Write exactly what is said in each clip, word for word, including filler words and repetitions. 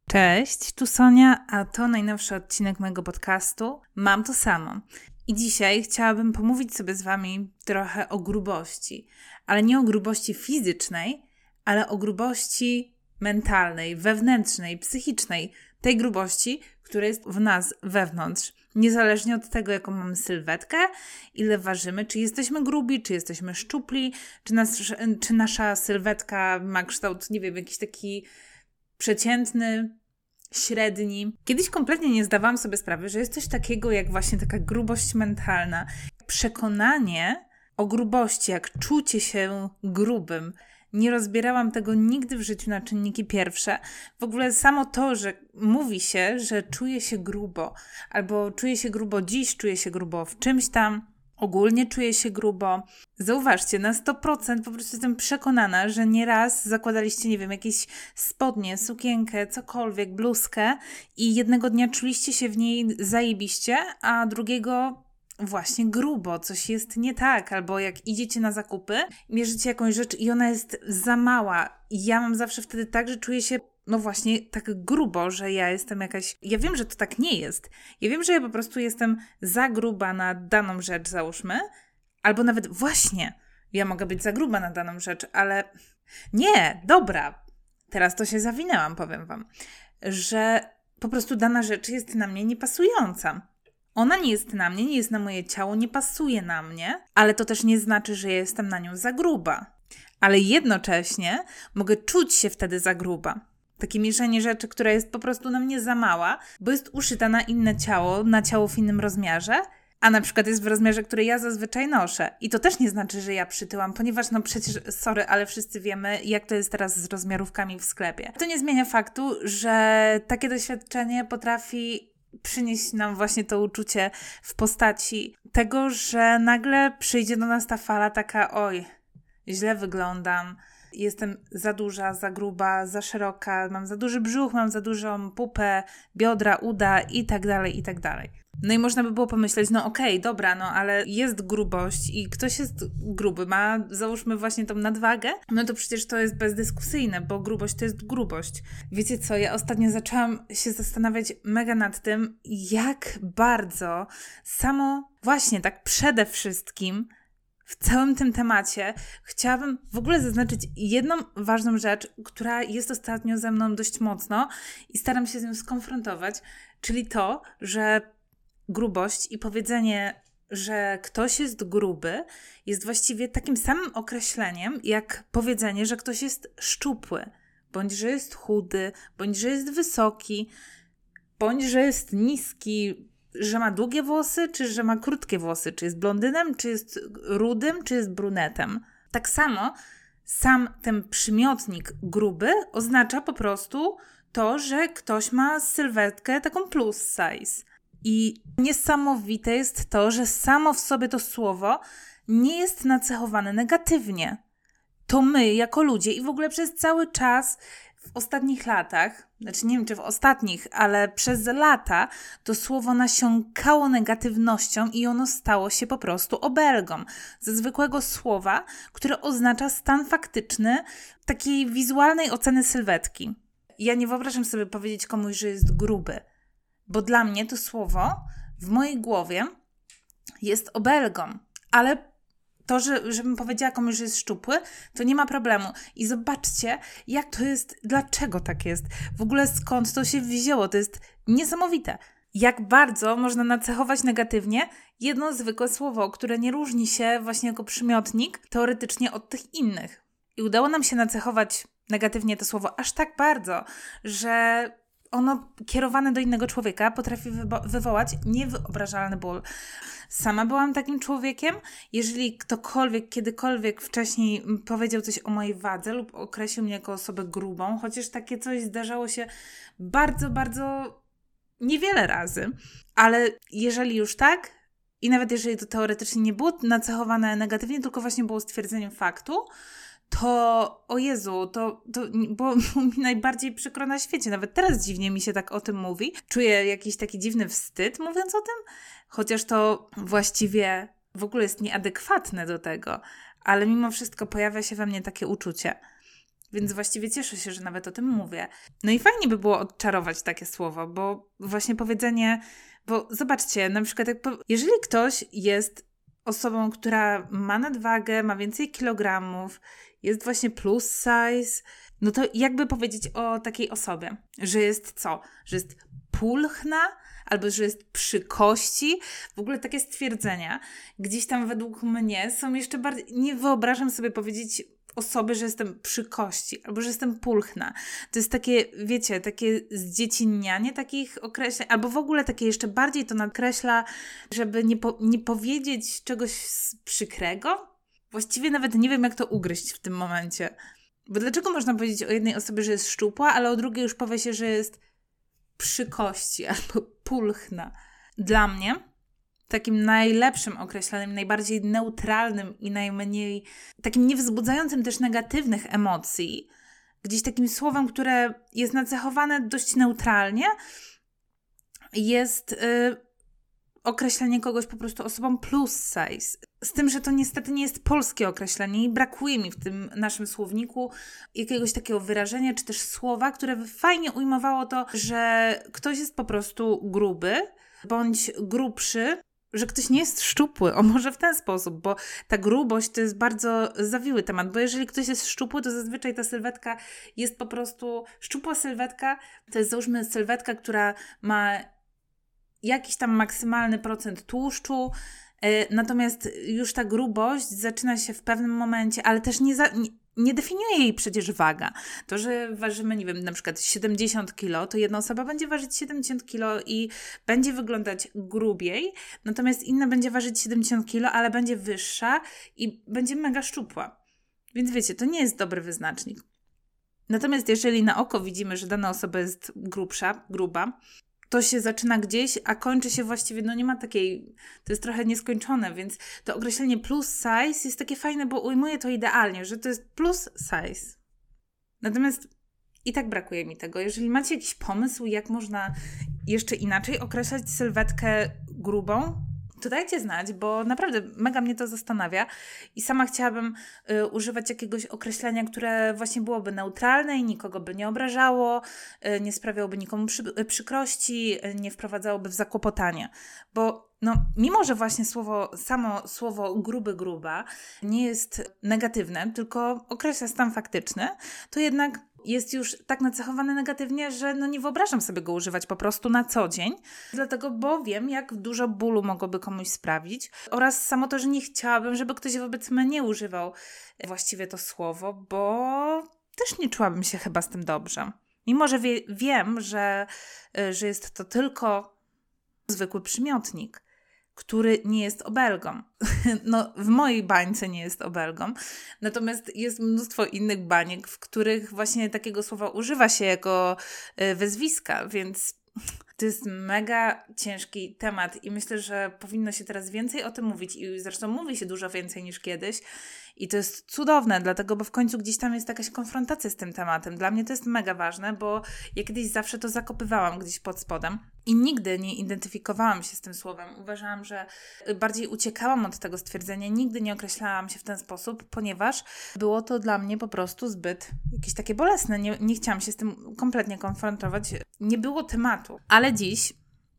Cześć, tu Sonia, a to najnowszy odcinek mojego podcastu Mam to samo. I dzisiaj chciałabym pomówić sobie z Wami trochę o grubości, ale nie o grubości fizycznej, ale o grubości mentalnej, wewnętrznej, psychicznej, tej grubości, która jest w nas wewnątrz. Niezależnie od tego, jaką mamy sylwetkę, ile ważymy, czy jesteśmy grubi, czy jesteśmy szczupli, czy, nas, czy nasza sylwetka ma kształt, nie wiem, jakiś taki przeciętny, średni. Kiedyś kompletnie nie zdawałam sobie sprawy, że jest coś takiego jak właśnie taka grubość mentalna. Przekonanie o grubości, jak czucie się grubym. Nie rozbierałam tego nigdy w życiu na czynniki pierwsze. W ogóle samo to, że mówi się, że czuję się grubo, albo czuję się grubo dziś, czuję się grubo w czymś tam, ogólnie czuję się grubo. Zauważcie, na sto procent po prostu jestem przekonana, że nieraz zakładaliście, nie wiem, jakieś spodnie, sukienkę, cokolwiek, bluzkę i jednego dnia czuliście się w niej zajebiście, a drugiego właśnie grubo, coś jest nie tak, albo jak idziecie na zakupy, mierzycie jakąś rzecz i ona jest za mała. I ja mam zawsze wtedy tak, że czuję się no właśnie tak grubo, że ja jestem jakaś... Ja wiem, że to tak nie jest. Ja wiem, że ja po prostu jestem za gruba na daną rzecz, załóżmy, albo nawet właśnie, ja mogę być za gruba na daną rzecz, ale nie, dobra, teraz to się zawinęłam, powiem wam, że po prostu dana rzecz jest na mnie niepasująca. Ona nie jest na mnie, nie jest na moje ciało, nie pasuje na mnie, ale to też nie znaczy, że ja jestem na nią za gruba. Ale jednocześnie mogę czuć się wtedy za gruba. Takie mieszanie rzeczy, która jest po prostu na mnie za mała, bo jest uszyta na inne ciało, na ciało w innym rozmiarze, a na przykład jest w rozmiarze, który ja zazwyczaj noszę. I to też nie znaczy, że ja przytyłam, ponieważ no przecież, sorry, ale wszyscy wiemy, jak to jest teraz z rozmiarówkami w sklepie. To nie zmienia faktu, że takie doświadczenie potrafi przynieść nam właśnie to uczucie w postaci tego, że nagle przyjdzie do nas ta fala taka, oj, źle wyglądam, jestem za duża, za gruba, za szeroka, mam za duży brzuch, mam za dużą pupę, biodra, uda i tak dalej, i tak dalej. No i można by było pomyśleć, no okej, okay, dobra, no ale jest grubość i ktoś jest gruby, ma załóżmy właśnie tą nadwagę, no to przecież to jest bezdyskusyjne, bo grubość to jest grubość. Wiecie co, ja ostatnio zaczęłam się zastanawiać mega nad tym, jak bardzo samo właśnie tak przede wszystkim w całym tym temacie chciałabym w ogóle zaznaczyć jedną ważną rzecz, która jest ostatnio ze mną dość mocno i staram się z nią skonfrontować, czyli to, że grubość i powiedzenie, że ktoś jest gruby, jest właściwie takim samym określeniem, jak powiedzenie, że ktoś jest szczupły, bądź że jest chudy, bądź że jest wysoki, bądź że jest niski, że ma długie włosy, czy że ma krótkie włosy, czy jest blondynem, czy jest rudym, czy jest brunetem. Tak samo sam ten przymiotnik gruby oznacza po prostu to, że ktoś ma sylwetkę taką plus size. I niesamowite jest to, że samo w sobie to słowo nie jest nacechowane negatywnie. To my, jako ludzie i w ogóle przez cały czas w ostatnich latach, znaczy nie wiem czy w ostatnich, ale przez lata to słowo nasiąkało negatywnością i ono stało się po prostu obelgą ze zwykłego słowa, które oznacza stan faktyczny takiej wizualnej oceny sylwetki. Ja nie wyobrażam sobie powiedzieć komuś, że jest gruby, bo dla mnie to słowo w mojej głowie jest obelgą, ale to, że, żebym powiedziała komuś, że jest szczupły, to nie ma problemu. I zobaczcie, jak to jest, dlaczego tak jest. W ogóle skąd to się wzięło. To jest niesamowite. Jak bardzo można nacechować negatywnie jedno zwykłe słowo, które nie różni się właśnie jako przymiotnik teoretycznie od tych innych. I udało nam się nacechować negatywnie to słowo aż tak bardzo, że ono kierowane do innego człowieka potrafi wywo- wywołać niewyobrażalny ból. Sama byłam takim człowiekiem. Jeżeli ktokolwiek, kiedykolwiek wcześniej powiedział coś o mojej wadze lub określił mnie jako osobę grubą, chociaż takie coś zdarzało się bardzo, bardzo niewiele razy, ale jeżeli już tak, i nawet jeżeli to teoretycznie nie było nacechowane negatywnie, tylko właśnie było stwierdzeniem faktu, to o Jezu, to, to było mi najbardziej przykro na świecie. Nawet teraz dziwnie mi się tak o tym mówi. Czuję jakiś taki dziwny wstyd mówiąc o tym, chociaż to właściwie w ogóle jest nieadekwatne do tego, ale mimo wszystko pojawia się we mnie takie uczucie. Więc właściwie cieszę się, że nawet o tym mówię. No i fajnie by było odczarować takie słowo, bo właśnie powiedzenie, bo zobaczcie, na przykład jak po, jeżeli ktoś jest osobą, która ma nadwagę, ma więcej kilogramów, jest właśnie plus size, no to jakby powiedzieć o takiej osobie, że jest co? Że jest pulchna, albo że jest przy kości. W ogóle takie stwierdzenia gdzieś tam według mnie są jeszcze bardziej... Nie wyobrażam sobie powiedzieć osoby, że jestem przy kości, albo że jestem pulchna. To jest takie, wiecie, takie zdziecinnianie takich określeń, albo w ogóle takie jeszcze bardziej to nakreśla, żeby nie, po, nie powiedzieć czegoś przykrego. Właściwie nawet nie wiem, jak to ugryźć w tym momencie. Bo dlaczego można powiedzieć o jednej osobie, że jest szczupła, ale o drugiej już powie się, że jest przy kości albo pulchna. Dla mnie takim najlepszym określeniem, najbardziej neutralnym i najmniej takim niewzbudzającym też negatywnych emocji, gdzieś takim słowem, które jest nacechowane dość neutralnie, jest yy, określenie kogoś po prostu osobą plus size. Z tym, że to niestety nie jest polskie określenie i brakuje mi w tym naszym słowniku jakiegoś takiego wyrażenia, czy też słowa, które by fajnie ujmowało to, że ktoś jest po prostu gruby, bądź grubszy, że ktoś nie jest szczupły, o może w ten sposób, bo ta grubość to jest bardzo zawiły temat, bo jeżeli ktoś jest szczupły, to zazwyczaj ta sylwetka jest po prostu, szczupła sylwetka to jest załóżmy sylwetka, która ma jakiś tam maksymalny procent tłuszczu, yy, natomiast już ta grubość zaczyna się w pewnym momencie, ale też nie, za, nie, nie definiuje jej przecież waga. To, że ważymy, nie wiem, na przykład siedemdziesiąt kilo, to jedna osoba będzie ważyć siedemdziesiąt kilo i będzie wyglądać grubiej, natomiast inna będzie ważyć siedemdziesiąt kilo, ale będzie wyższa i będzie mega szczupła. Więc wiecie, to nie jest dobry wyznacznik. Natomiast jeżeli na oko widzimy, że dana osoba jest grubsza, gruba, to się zaczyna gdzieś, a kończy się właściwie, no nie ma takiej, to jest trochę nieskończone, więc to określenie plus size jest takie fajne, bo ujmuje to idealnie, że to jest plus size. Natomiast i tak brakuje mi tego. Jeżeli macie jakiś pomysł, jak można jeszcze inaczej określać sylwetkę grubą, to dajcie znać, bo naprawdę mega mnie to zastanawia i sama chciałabym y, używać jakiegoś określenia, które właśnie byłoby neutralne i nikogo by nie obrażało, y, nie sprawiałoby nikomu przy, y, przykrości, y, nie wprowadzałoby w zakłopotanie. Bo no, mimo, że właśnie słowo, samo słowo gruby, gruba nie jest negatywne, tylko określa stan faktyczny, to jednak jest już tak nacechowane negatywnie, że no nie wyobrażam sobie go używać po prostu na co dzień, dlatego, bo wiem, jak dużo bólu mogłoby komuś sprawić oraz samo to, że nie chciałabym, żeby ktoś wobec mnie nie używał właściwie to słowo, bo też nie czułabym się chyba z tym dobrze. Mimo, że wie, wiem, że, że jest to tylko zwykły przymiotnik, który nie jest obelgą. No, w mojej bańce nie jest obelgą. Natomiast jest mnóstwo innych baniek, w których właśnie takiego słowa używa się jako wezwiska, więc to jest mega ciężki temat i myślę, że powinno się teraz więcej o tym mówić i zresztą mówi się dużo więcej niż kiedyś i to jest cudowne, dlatego, bo w końcu gdzieś tam jest jakaś konfrontacja z tym tematem. Dla mnie to jest mega ważne, bo ja kiedyś zawsze to zakopywałam gdzieś pod spodem i nigdy nie identyfikowałam się z tym słowem. Uważałam, że bardziej uciekałam od tego stwierdzenia, nigdy nie określałam się w ten sposób, ponieważ było to dla mnie po prostu zbyt jakieś takie bolesne. Nie, nie chciałam się z tym kompletnie konfrontować. Nie było tematu. Ale dziś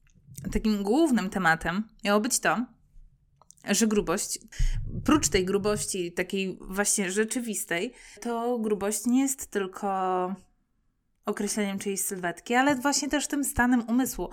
takim głównym tematem miało być to, że grubość, prócz tej grubości takiej właśnie rzeczywistej, to grubość nie jest tylko określeniem czyjejś sylwetki, ale właśnie też tym stanem umysłu,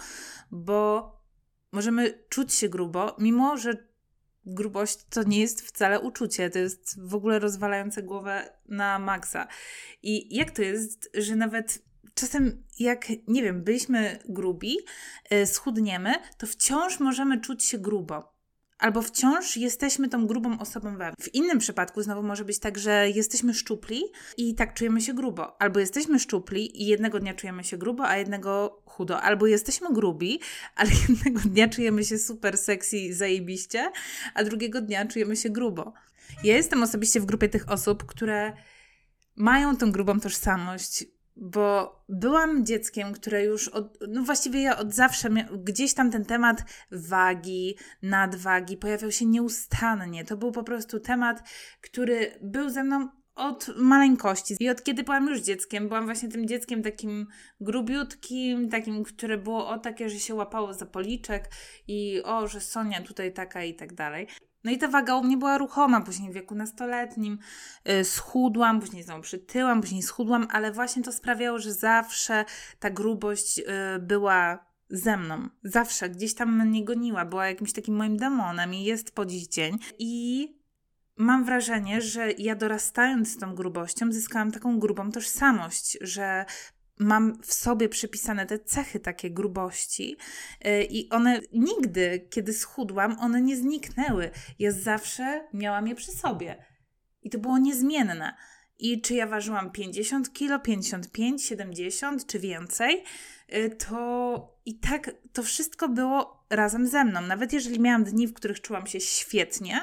bo możemy czuć się grubo, mimo że grubość to nie jest wcale uczucie, to jest w ogóle rozwalające głowę na maksa. I jak to jest, że nawet czasem jak, nie wiem, byliśmy grubi, yy, schudniemy, to wciąż możemy czuć się grubo. Albo wciąż jesteśmy tą grubą osobą wewnątrz. W innym przypadku znowu może być tak, że jesteśmy szczupli i tak czujemy się grubo. Albo jesteśmy szczupli i jednego dnia czujemy się grubo, a jednego chudo. Albo jesteśmy grubi, ale jednego dnia czujemy się super sexy, zajebiście, a drugiego dnia czujemy się grubo. Ja jestem osobiście w grupie tych osób, które mają tą grubą tożsamość, bo byłam dzieckiem, które już, od, no właściwie ja od zawsze, mia- gdzieś tam ten temat wagi, nadwagi pojawiał się nieustannie. To był po prostu temat, który był ze mną od maleńkości. I od kiedy byłam już dzieckiem, byłam właśnie tym dzieckiem takim grubiutkim, takim, które było o takie, że się łapało za policzek i o, że Sonia tutaj taka i tak dalej. No i ta waga u mnie była ruchoma, później w wieku nastoletnim yy, schudłam, później znowu przytyłam, później schudłam, ale właśnie to sprawiało, że zawsze ta grubość yy, była ze mną. Zawsze gdzieś tam mnie goniła, była jakimś takim moim demonem i jest po dziś dzień. I mam wrażenie, że ja dorastając z tą grubością zyskałam taką grubą tożsamość, że mam w sobie przypisane te cechy takie grubości yy, i one nigdy, kiedy schudłam, one nie zniknęły. Ja zawsze miałam je przy sobie. I to było niezmienne. I czy ja ważyłam pięćdziesiąt kilo, pięćdziesiąt pięć, siedemdziesiąt czy więcej, yy, to i tak to wszystko było razem ze mną. Nawet jeżeli miałam dni, w których czułam się świetnie,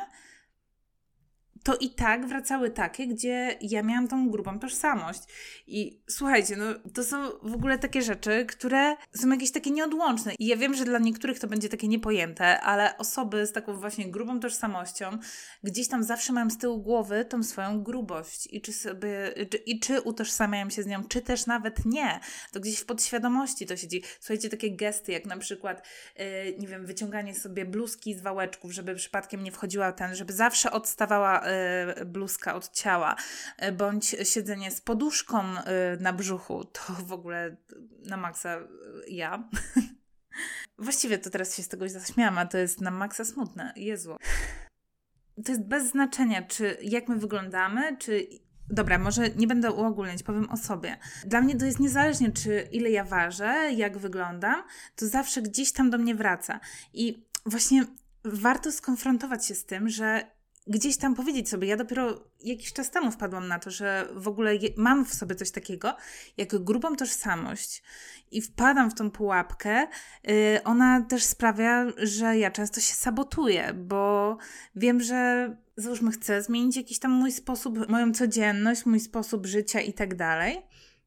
to i tak wracały takie, gdzie ja miałam tą grubą tożsamość. I słuchajcie, no to są w ogóle takie rzeczy, które są jakieś takie nieodłączne. I ja wiem, że dla niektórych to będzie takie niepojęte, ale osoby z taką właśnie grubą tożsamością gdzieś tam zawsze mają z tyłu głowy tą swoją grubość. I czy sobie, czy, i czy utożsamiają się z nią, czy też nawet nie. To gdzieś w podświadomości to siedzi. Słuchajcie, takie gesty, jak na przykład, yy, nie wiem, wyciąganie sobie bluzki z wałeczków, żeby przypadkiem nie wchodziła ten, żeby zawsze odstawała yy, bluzka od ciała, bądź siedzenie z poduszką na brzuchu, to w ogóle na maksa ja. Właściwie to teraz się z tego zaśmiałam, a to jest na maksa smutne. Jezu. To jest bez znaczenia, czy jak my wyglądamy, czy... Dobra, może nie będę uogólniać, powiem o sobie. Dla mnie to jest niezależnie, czy ile ja ważę, jak wyglądam, to zawsze gdzieś tam do mnie wraca. I właśnie warto skonfrontować się z tym, że gdzieś tam powiedzieć sobie, ja dopiero jakiś czas temu wpadłam na to, że w ogóle je, mam w sobie coś takiego, jak grubą tożsamość i wpadam w tą pułapkę, yy, ona też sprawia, że ja często się sabotuję, bo wiem, że załóżmy chcę zmienić jakiś tam mój sposób, moją codzienność, mój sposób życia i tak dalej.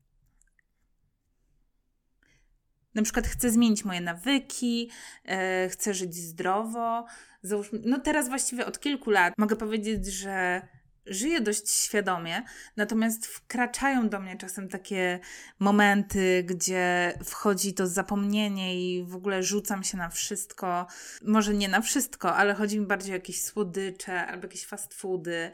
Na przykład chcę zmienić moje nawyki, yy, chcę żyć zdrowo. Załóżmy, no teraz właściwie od kilku lat mogę powiedzieć, że żyję dość świadomie, natomiast wkraczają do mnie czasem takie momenty, gdzie wchodzi to zapomnienie i w ogóle rzucam się na wszystko. Może nie na wszystko, ale chodzi mi bardziej o jakieś słodycze albo jakieś fast foody.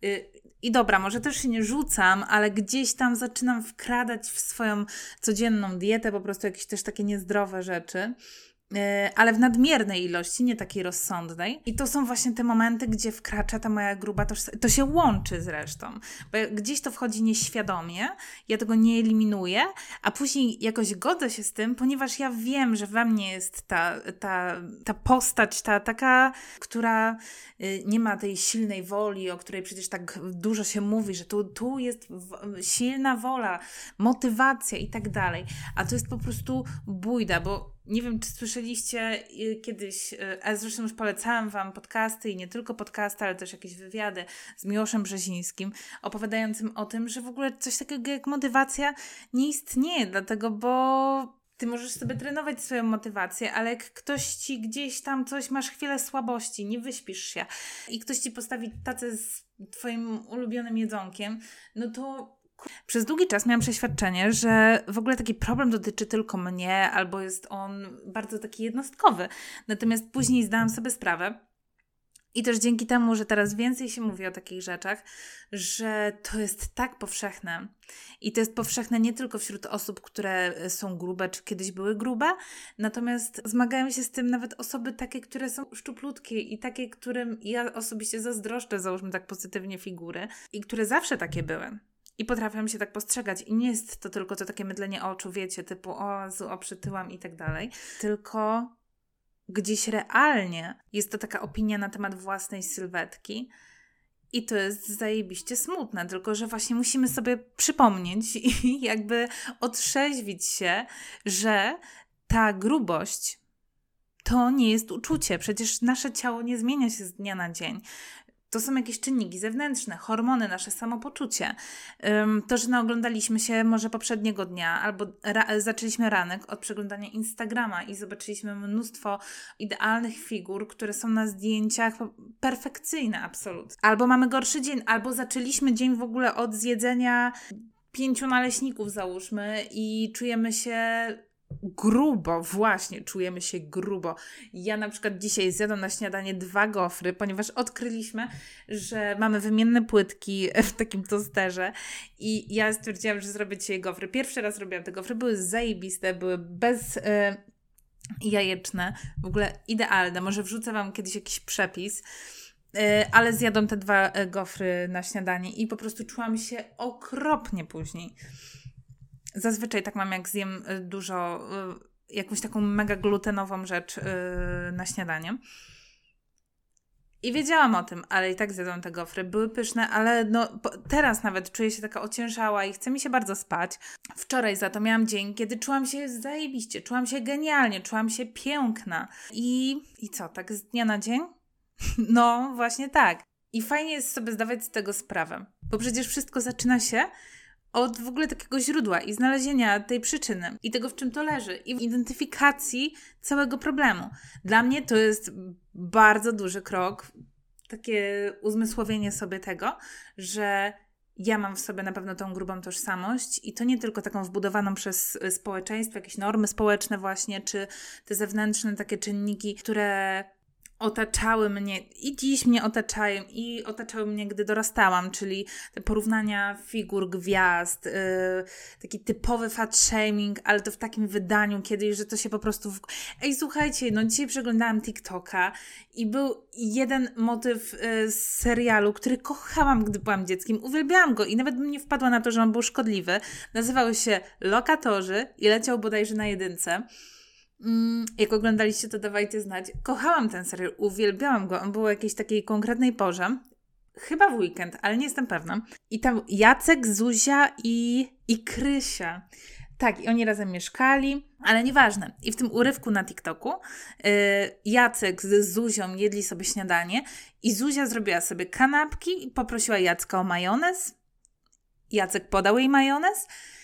I dobra, może też się nie rzucam, ale gdzieś tam zaczynam wkradać w swoją codzienną dietę po prostu jakieś też takie niezdrowe rzeczy. Ale w nadmiernej ilości, nie takiej rozsądnej. I to są właśnie te momenty, gdzie wkracza ta moja gruba tożsamość. To się łączy zresztą, bo gdzieś to wchodzi nieświadomie, ja tego nie eliminuję, a później jakoś godzę się z tym, ponieważ ja wiem, że we mnie jest ta, ta, ta postać, ta taka, która nie ma tej silnej woli, o której przecież tak dużo się mówi, że tu, tu jest silna wola, motywacja i tak dalej. A to jest po prostu bójda, bo nie wiem, czy słyszeliście kiedyś, a zresztą już polecałam Wam podcasty i nie tylko podcasty, ale też jakieś wywiady z Miłoszem Brzezińskim, opowiadającym o tym, że w ogóle coś takiego jak motywacja nie istnieje, dlatego, bo Ty możesz sobie trenować swoją motywację, ale jak ktoś Ci gdzieś tam coś, masz chwilę słabości, nie wyśpisz się i ktoś Ci postawi tacę z Twoim ulubionym jedzonkiem, no to przez długi czas miałam przeświadczenie, że w ogóle taki problem dotyczy tylko mnie, albo jest on bardzo taki jednostkowy. Natomiast później zdałam sobie sprawę, i też dzięki temu, że teraz więcej się mówi o takich rzeczach, że to jest tak powszechne. I to jest powszechne nie tylko wśród osób, które są grube, czy kiedyś były grube, natomiast zmagają się z tym nawet osoby takie, które są szczuplutkie i takie, którym ja osobiście zazdroszczę, załóżmy tak pozytywnie, figury, i które zawsze takie były. I potrafią się tak postrzegać. I nie jest to tylko to takie mydlenie oczu, wiecie, typu o, o przytyłam i tak dalej. Tylko gdzieś realnie jest to taka opinia na temat własnej sylwetki. I to jest zajebiście smutne. Tylko że właśnie musimy sobie przypomnieć i jakby otrzeźwić się, że ta grubość to nie jest uczucie. Przecież nasze ciało nie zmienia się z dnia na dzień. To są jakieś czynniki zewnętrzne, hormony, nasze samopoczucie. To, że naoglądaliśmy się może poprzedniego dnia albo ra- zaczęliśmy ranek od przeglądania Instagrama i zobaczyliśmy mnóstwo idealnych figur, które są na zdjęciach perfekcyjne absolutnie. Albo mamy gorszy dzień, albo zaczęliśmy dzień w ogóle od zjedzenia pięciu naleśników załóżmy i czujemy się grubo, właśnie, czujemy się grubo. Ja na przykład dzisiaj zjadłam na śniadanie dwa gofry, ponieważ odkryliśmy, że mamy wymienne płytki w takim tosterze i ja stwierdziłam, że zrobię dzisiaj gofry. Pierwszy raz robiłam te gofry, były zajebiste, były bez... Yy, jajeczne, w ogóle idealne. Może wrzucę Wam kiedyś jakiś przepis, yy, ale zjadłam te dwa gofry na śniadanie i po prostu czułam się okropnie później. Zazwyczaj tak mam, jak zjem dużo, yy, jakąś taką mega glutenową rzecz yy, na śniadanie. I wiedziałam o tym, ale i tak zjadłam te gofry. Były pyszne, ale no, teraz nawet czuję się taka ociężała i chce mi się bardzo spać. Wczoraj za to miałam dzień, kiedy czułam się zajebiście, czułam się genialnie, czułam się piękna. I, i co, tak z dnia na dzień? No, właśnie tak. I fajnie jest sobie zdawać z tego sprawę, bo przecież wszystko zaczyna się od w ogóle takiego źródła i znalezienia tej przyczyny i tego, w czym to leży i w identyfikacji całego problemu. Dla mnie to jest bardzo duży krok, takie uzmysłowienie sobie tego, że ja mam w sobie na pewno tą grubą tożsamość i to nie tylko taką wbudowaną przez społeczeństwo, jakieś normy społeczne właśnie, czy te zewnętrzne takie czynniki, które otaczały mnie i dziś mnie otaczają i otaczały mnie, gdy dorastałam, czyli te porównania figur, gwiazd, yy, taki typowy fat shaming, ale to w takim wydaniu kiedyś, że to się po prostu... W... Ej, słuchajcie, no dzisiaj przeglądałam TikToka i był jeden motyw yy, z serialu, który kochałam, gdy byłam dzieckiem, uwielbiałam go i nawet bym nie wpadła na to, że on był szkodliwy. Nazywał się Lokatorzy i leciał bodajże na jedynce. Mm, jak oglądaliście, to dawajcie znać. Kochałam ten serial, uwielbiałam go. On był o jakiejś takiej konkretnej porze. Chyba w weekend, ale nie jestem pewna. I tam Jacek, Zuzia i, i Krysia. Tak, i oni razem mieszkali, ale nieważne. I w tym urywku na TikToku yy, Jacek z Zuzią jedli sobie śniadanie i Zuzia zrobiła sobie kanapki i poprosiła Jacka o majonez. Jacek podał jej majonez.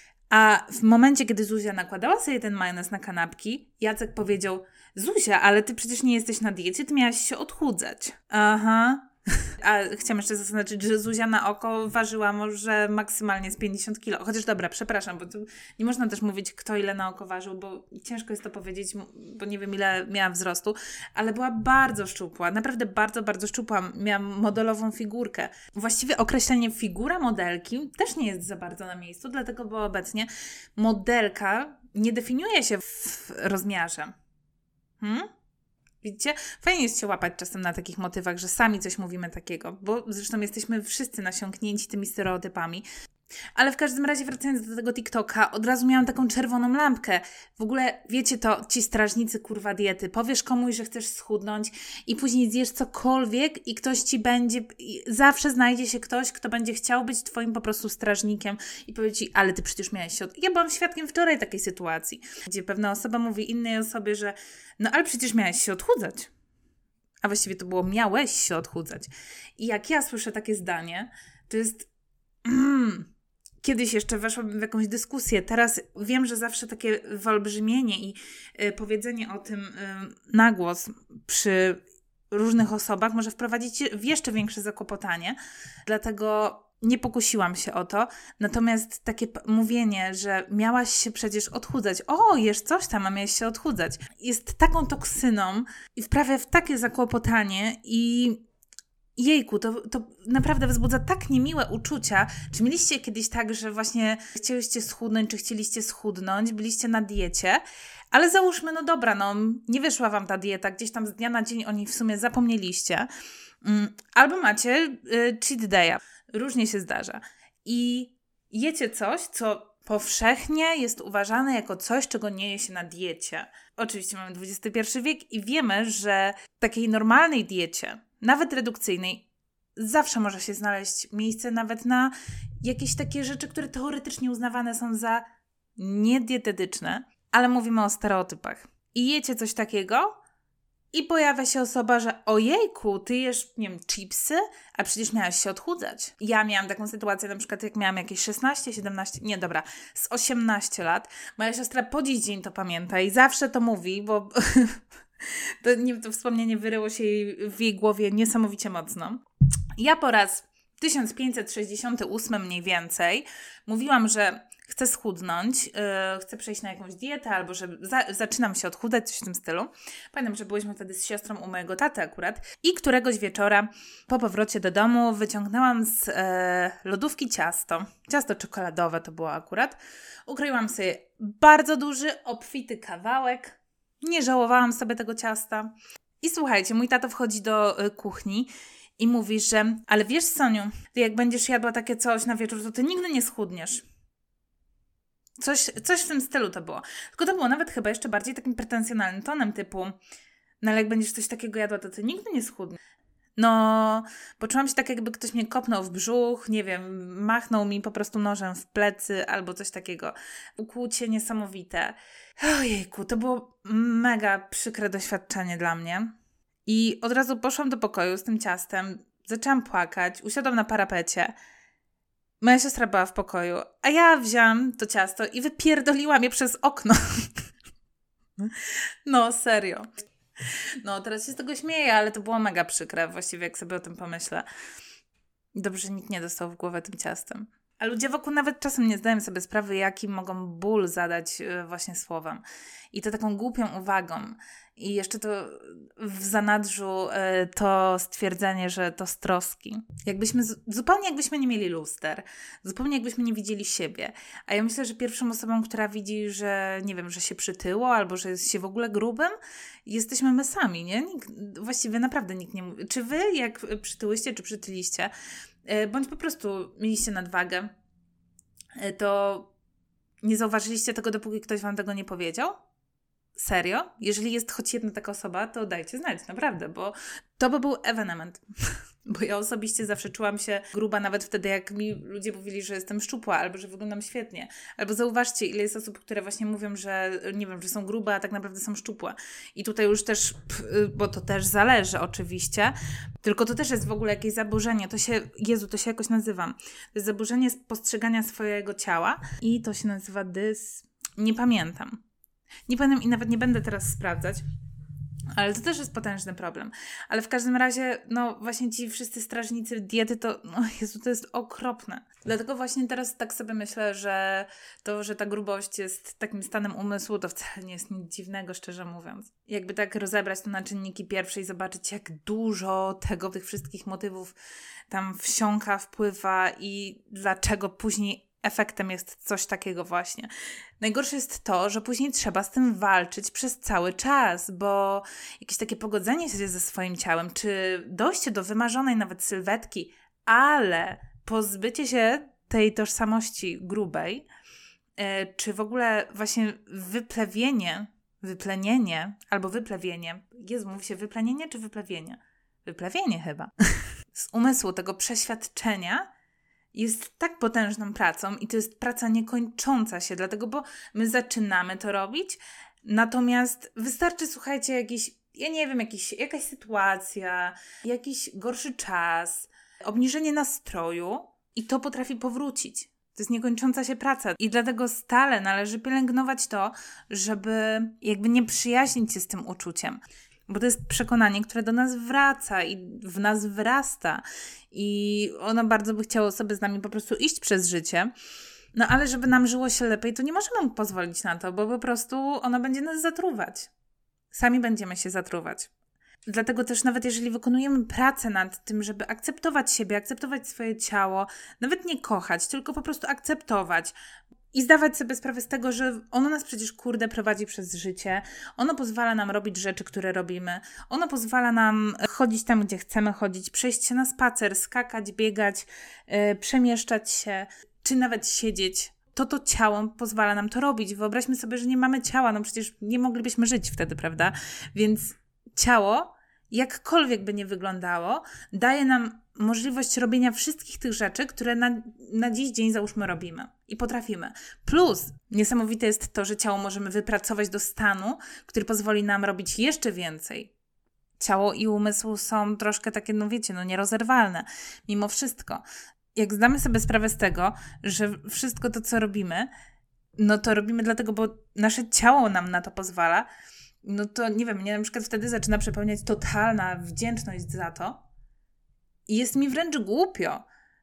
A w momencie, kiedy Zuzia nakładała sobie ten majonez na kanapki, Jacek powiedział: Zuzia, ale ty przecież nie jesteś na diecie, ty miałaś się odchudzać. Aha. A chciałam jeszcze zaznaczyć, że Zuzia na oko ważyła może maksymalnie z pięćdziesiąt kilo. Chociaż dobra, przepraszam, bo tu nie można też mówić, kto ile na oko ważył, bo ciężko jest to powiedzieć, bo nie wiem, ile miała wzrostu, ale była bardzo szczupła, naprawdę bardzo, bardzo szczupła. Miałam modelową figurkę. Właściwie określenie figura modelki też nie jest za bardzo na miejscu, dlatego, bo obecnie modelka nie definiuje się w rozmiarze. Hmm? Widzicie? Fajnie jest się łapać czasem na takich motywach, że sami coś mówimy takiego, bo zresztą jesteśmy wszyscy nasiąknięci tymi stereotypami. Ale w każdym razie, wracając do tego TikToka, od razu miałam taką czerwoną lampkę. W ogóle, wiecie to, ci strażnicy kurwa diety. Powiesz komuś, że chcesz schudnąć i później zjesz cokolwiek i ktoś ci będzie... Zawsze znajdzie się ktoś, kto będzie chciał być twoim po prostu strażnikiem i powie ci: ale ty przecież miałeś się... Od... Ja byłam świadkiem wczoraj takiej sytuacji, gdzie pewna osoba mówi innej osobie, że no ale przecież miałeś się odchudzać. A właściwie to było: miałeś się odchudzać. I jak ja słyszę takie zdanie, to jest... Mm, Kiedyś jeszcze weszłabym w jakąś dyskusję. Teraz wiem, że zawsze takie wyolbrzymienie i y, powiedzenie o tym y, na głos przy różnych osobach może wprowadzić w jeszcze większe zakłopotanie. Dlatego nie pokusiłam się o to. Natomiast takie p- mówienie, że miałaś się przecież odchudzać. O, jesz coś tam, a miałaś się odchudzać. Jest taką toksyną i wprawia w takie zakłopotanie i... Jejku, to, to naprawdę wzbudza tak niemiłe uczucia. Czy mieliście kiedyś tak, że właśnie chcieliście schudnąć, czy chcieliście schudnąć, byliście na diecie, ale załóżmy, no dobra, no nie wyszła wam ta dieta, gdzieś tam z dnia na dzień o niej w sumie zapomnieliście, albo macie y, cheat day'a, różnie się zdarza i jecie coś, co powszechnie jest uważane jako coś, czego nie je się na diecie. Oczywiście mamy dwudziesty pierwszy wiek i wiemy, że w takiej normalnej diecie, nawet redukcyjnej, zawsze może się znaleźć miejsce nawet na jakieś takie rzeczy, które teoretycznie uznawane są za niedietetyczne, ale mówimy o stereotypach. I jecie coś takiego I pojawia się osoba, że ojejku, ty jesz, nie wiem, chipsy, a przecież miałaś się odchudzać. Ja miałam taką sytuację, na przykład jak miałam jakieś szesnaście, siedemnaście, nie dobra, z osiemnaście lat. Moja siostra po dziś dzień to pamięta i zawsze to mówi, bo to, nie, to wspomnienie wyryło się jej, w jej głowie niesamowicie mocno. Ja po raz tysiąc pięćset sześćdziesiąty ósmy mniej więcej mówiłam, że chcę schudnąć, yy, chcę przejść na jakąś dietę albo że za, zaczynam się odchudzać, coś w tym stylu. Pamiętam, że byliśmy wtedy z siostrą u mojego taty akurat i któregoś wieczora po powrocie do domu wyciągnęłam z yy, lodówki ciasto. Ciasto czekoladowe to było akurat. Ukroiłam sobie bardzo duży, obfity kawałek. Nie żałowałam sobie tego ciasta. I słuchajcie, mój tato wchodzi do yy, kuchni i mówi, że ale wiesz, Soniu, ty jak będziesz jadła takie coś na wieczór, to ty nigdy nie schudniesz. Coś, coś w tym stylu to było. Tylko to było nawet chyba jeszcze bardziej takim pretensjonalnym tonem typu no ale jak będziesz coś takiego jadła, to ty nigdy nie schudniesz. No, poczułam się tak, jakby ktoś mnie kopnął w brzuch, nie wiem, machnął mi po prostu nożem w plecy albo coś takiego. Ukłucie niesamowite. Ojejku, to było mega przykre doświadczenie dla mnie. I od razu poszłam do pokoju z tym ciastem, zaczęłam płakać, usiadłam na parapecie. Moja siostra była w pokoju, a ja wzięłam to ciasto i wypierdoliłam je przez okno. No, serio. No, teraz się z tego śmieję, ale to było mega przykre, właściwie jak sobie o tym pomyślę. Dobrze, że nikt nie dostał w głowę tym ciastem. A ludzie wokół nawet czasem nie zdają sobie sprawy, jaki mogą ból zadać właśnie słowem. I to taką głupią uwagą. I jeszcze to w zanadrzu to stwierdzenie, że to z troski. Jakbyśmy, zupełnie jakbyśmy nie mieli luster. Zupełnie jakbyśmy nie widzieli siebie. A ja myślę, że pierwszą osobą, która widzi, że nie wiem, że się przytyło albo że jest się w ogóle grubym, jesteśmy my sami, nie? Nikt, właściwie naprawdę nikt nie mówi. Czy wy, jak przytyłyście, czy przytyliście, bądź po prostu mieliście nadwagę, to nie zauważyliście tego, dopóki ktoś wam tego nie powiedział? Serio? Jeżeli jest choć jedna taka osoba, to dajcie znać, naprawdę, bo to by był ewenement. Bo ja osobiście zawsze czułam się gruba, nawet wtedy, jak mi ludzie mówili, że jestem szczupła, albo że wyglądam świetnie. Albo zauważcie, ile jest osób, które właśnie mówią, że nie wiem, że są grube, a tak naprawdę są szczupłe. I tutaj już też, bo to też zależy oczywiście, tylko to też jest w ogóle jakieś zaburzenie. To się, Jezu, to się jakoś nazywam. To jest zaburzenie postrzegania swojego ciała i to się nazywa dys... Nie pamiętam. Nie pamiętam i nawet nie będę teraz sprawdzać, ale to też jest potężny problem. Ale w każdym razie, no właśnie ci wszyscy strażnicy diety to, no Jezu, to jest okropne. Dlatego właśnie teraz tak sobie myślę, że to, że ta grubość jest takim stanem umysłu, to wcale nie jest nic dziwnego, szczerze mówiąc. Jakby tak rozebrać to na czynniki pierwsze i zobaczyć, jak dużo tego, tych wszystkich motywów tam wsiąka, wpływa i dlaczego później efektem jest coś takiego właśnie. Najgorsze jest to, że później trzeba z tym walczyć przez cały czas, bo jakieś takie pogodzenie się ze swoim ciałem, czy dojście do wymarzonej nawet sylwetki, ale pozbycie się tej tożsamości grubej, yy, czy w ogóle właśnie wyplewienie, wyplenienie albo wyplewienie, Jezu, mówi się wyplenienie czy wyplewienie? Wyplewienie chyba. Z umysłu tego przeświadczenia jest tak potężną pracą i to jest praca niekończąca się, dlatego, bo my zaczynamy to robić, natomiast wystarczy, słuchajcie, jakiś, ja nie wiem, jakiś, jakaś sytuacja, jakiś gorszy czas, obniżenie nastroju i to potrafi powrócić. To jest niekończąca się praca i dlatego stale należy pielęgnować to, żeby jakby nie przyjaźnić się z tym uczuciem. Bo to jest przekonanie, które do nas wraca i w nas wyrasta i ono bardzo by chciało sobie z nami po prostu iść przez życie. No ale żeby nam żyło się lepiej, to nie możemy pozwolić na to, bo po prostu ono będzie nas zatruwać. Sami będziemy się zatruwać. Dlatego też nawet jeżeli wykonujemy pracę nad tym, żeby akceptować siebie, akceptować swoje ciało, nawet nie kochać, tylko po prostu akceptować, i zdawać sobie sprawę z tego, że ono nas przecież, kurde, prowadzi przez życie. Ono pozwala nam robić rzeczy, które robimy. Ono pozwala nam chodzić tam, gdzie chcemy chodzić, przejść się na spacer, skakać, biegać, yy, przemieszczać się, czy nawet siedzieć. To to ciało pozwala nam to robić. Wyobraźmy sobie, że nie mamy ciała, no przecież nie moglibyśmy żyć wtedy, prawda? Więc ciało, jakkolwiek by nie wyglądało, daje nam możliwość robienia wszystkich tych rzeczy, które na, na dziś dzień, załóżmy, robimy i potrafimy. Plus niesamowite jest to, że ciało możemy wypracować do stanu, który pozwoli nam robić jeszcze więcej. Ciało i umysł są troszkę takie, no wiecie, no nierozerwalne. Mimo wszystko. Jak zdamy sobie sprawę z tego, że wszystko to, co robimy, no to robimy dlatego, bo nasze ciało nam na to pozwala, no to nie wiem, mnie na przykład wtedy zaczyna przepełniać totalna wdzięczność za to i jest mi wręcz głupio,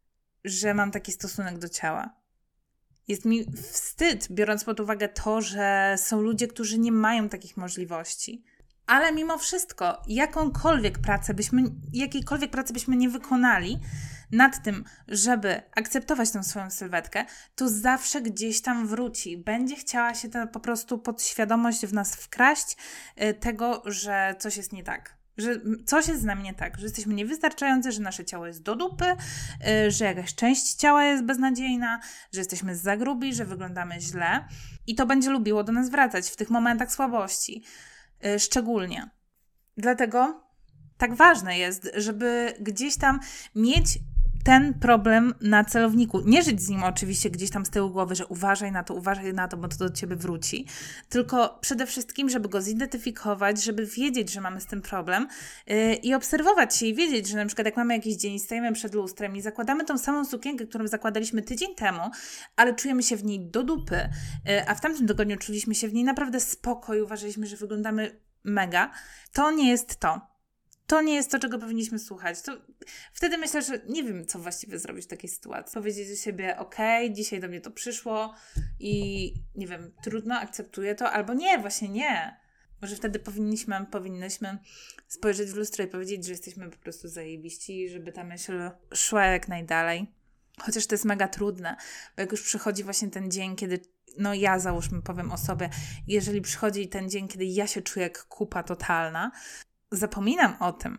że mam taki stosunek do ciała. Jest mi wstyd, biorąc pod uwagę to, że są ludzie, którzy nie mają takich możliwości. Ale mimo wszystko, jakąkolwiek pracę byśmy, jakiejkolwiek pracy byśmy nie wykonali nad tym, żeby akceptować tę swoją sylwetkę, to zawsze gdzieś tam wróci. Będzie chciała się ta po prostu podświadomość w nas wkraść y, tego, że coś jest nie tak. Że coś jest z nami nie tak, że jesteśmy niewystarczający, że nasze ciało jest do dupy, yy, że jakaś część ciała jest beznadziejna, że jesteśmy za grubi, że wyglądamy źle i to będzie lubiło do nas wracać w tych momentach słabości. Yy, szczególnie. Dlatego tak ważne jest, żeby gdzieś tam mieć ten problem na celowniku. Nie żyć z nim oczywiście gdzieś tam z tyłu głowy, że uważaj na to, uważaj na to, bo to do ciebie wróci. Tylko przede wszystkim, żeby go zidentyfikować, żeby wiedzieć, że mamy z tym problem yy, i obserwować się i wiedzieć, że na przykład jak mamy jakiś dzień, stajemy przed lustrem i zakładamy tą samą sukienkę, którą zakładaliśmy tydzień temu, ale czujemy się w niej do dupy, yy, a w tamtym tygodniu czuliśmy się w niej naprawdę spoko i uważaliśmy, że wyglądamy mega, to nie jest to. To nie jest to, czego powinniśmy słuchać. To wtedy myślę, że nie wiem, co właściwie zrobić w takiej sytuacji. Powiedzieć do siebie, okej, okay, dzisiaj do mnie to przyszło i nie wiem, trudno, akceptuję to, albo nie, właśnie nie. Może wtedy powinniśmy, powinnyśmy spojrzeć w lustro i powiedzieć, że jesteśmy po prostu zajebiści, żeby ta myśl szła jak najdalej. Chociaż to jest mega trudne, bo jak już przychodzi właśnie ten dzień, kiedy no ja załóżmy, powiem o sobie, jeżeli przychodzi ten dzień, kiedy ja się czuję jak kupa totalna, zapominam o tym.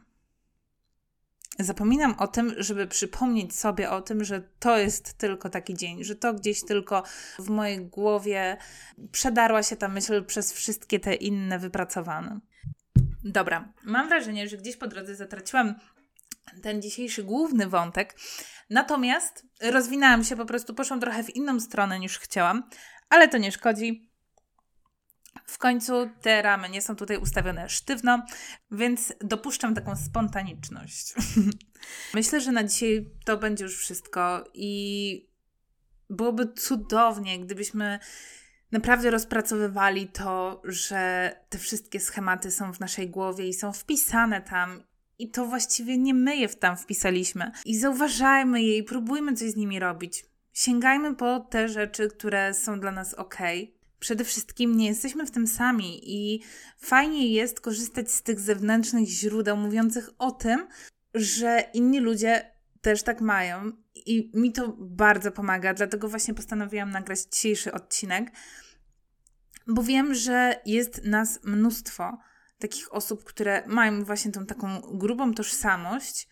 Zapominam o tym, żeby przypomnieć sobie o tym, że to jest tylko taki dzień, że to gdzieś tylko w mojej głowie przedarła się ta myśl przez wszystkie te inne wypracowane. Dobra, mam wrażenie, że gdzieś po drodze zatraciłam ten dzisiejszy główny wątek, natomiast rozwinęłam się, po prostu poszłam trochę w inną stronę niż chciałam, ale to nie szkodzi. W końcu te ramy nie są tutaj ustawione sztywno, więc dopuszczam taką spontaniczność. Myślę, że na dzisiaj to będzie już wszystko i byłoby cudownie, gdybyśmy naprawdę rozpracowywali to, że te wszystkie schematy są w naszej głowie i są wpisane tam i to właściwie nie my je tam wpisaliśmy. I zauważajmy je i próbujmy coś z nimi robić. Sięgajmy po te rzeczy, które są dla nas okej. Przede wszystkim nie jesteśmy w tym sami i fajnie jest korzystać z tych zewnętrznych źródeł mówiących o tym, że inni ludzie też tak mają i mi to bardzo pomaga, dlatego właśnie postanowiłam nagrać dzisiejszy odcinek, bo wiem, że jest nas mnóstwo takich osób, które mają właśnie tą taką grubą tożsamość,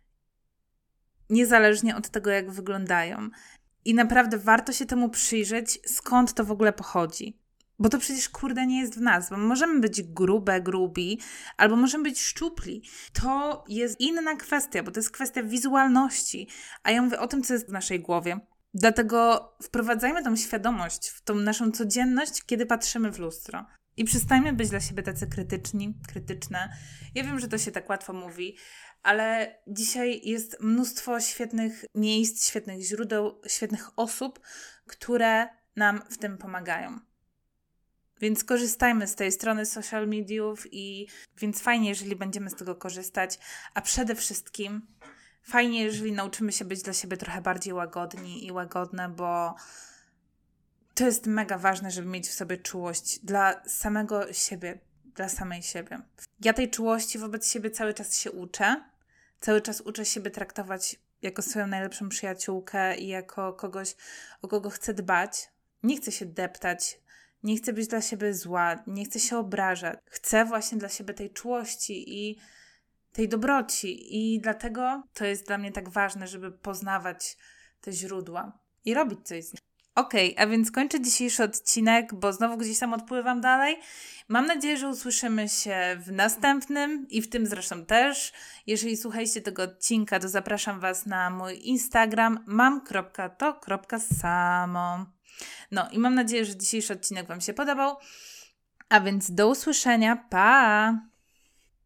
niezależnie od tego, jak wyglądają. I naprawdę warto się temu przyjrzeć, skąd to w ogóle pochodzi. Bo to przecież, kurde, nie jest w nas. Bo możemy być grube, grubi, albo możemy być szczupli. To jest inna kwestia, bo to jest kwestia wizualności. A ja mówię o tym, co jest w naszej głowie. Dlatego wprowadzajmy tą świadomość w tą naszą codzienność, kiedy patrzymy w lustro. I przestańmy być dla siebie tacy krytyczni, krytyczne. Ja wiem, że to się tak łatwo mówi, ale dzisiaj jest mnóstwo świetnych miejsc, świetnych źródeł, świetnych osób, które nam w tym pomagają. Więc korzystajmy z tej strony social mediów i więc fajnie, jeżeli będziemy z tego korzystać, a przede wszystkim fajnie, jeżeli nauczymy się być dla siebie trochę bardziej łagodni i łagodne, bo to jest mega ważne, żeby mieć w sobie czułość dla samego siebie, dla samej siebie. Ja tej czułości wobec siebie cały czas się uczę. Cały czas uczę siebie traktować jako swoją najlepszą przyjaciółkę i jako kogoś, o kogo chcę dbać. Nie chcę się deptać, nie chcę być dla siebie zła, nie chcę się obrażać. Chcę właśnie dla siebie tej czułości i tej dobroci i dlatego to jest dla mnie tak ważne, żeby poznawać te źródła i robić coś z nimi. Okej, okay, a więc kończę dzisiejszy odcinek, bo znowu gdzieś tam odpływam dalej. Mam nadzieję, że usłyszymy się w następnym i w tym zresztą też. Jeżeli słuchaliście tego odcinka, to zapraszam Was na mój Instagram mam kropka to kropka samo. No i mam nadzieję, że dzisiejszy odcinek Wam się podobał. A więc do usłyszenia. Pa!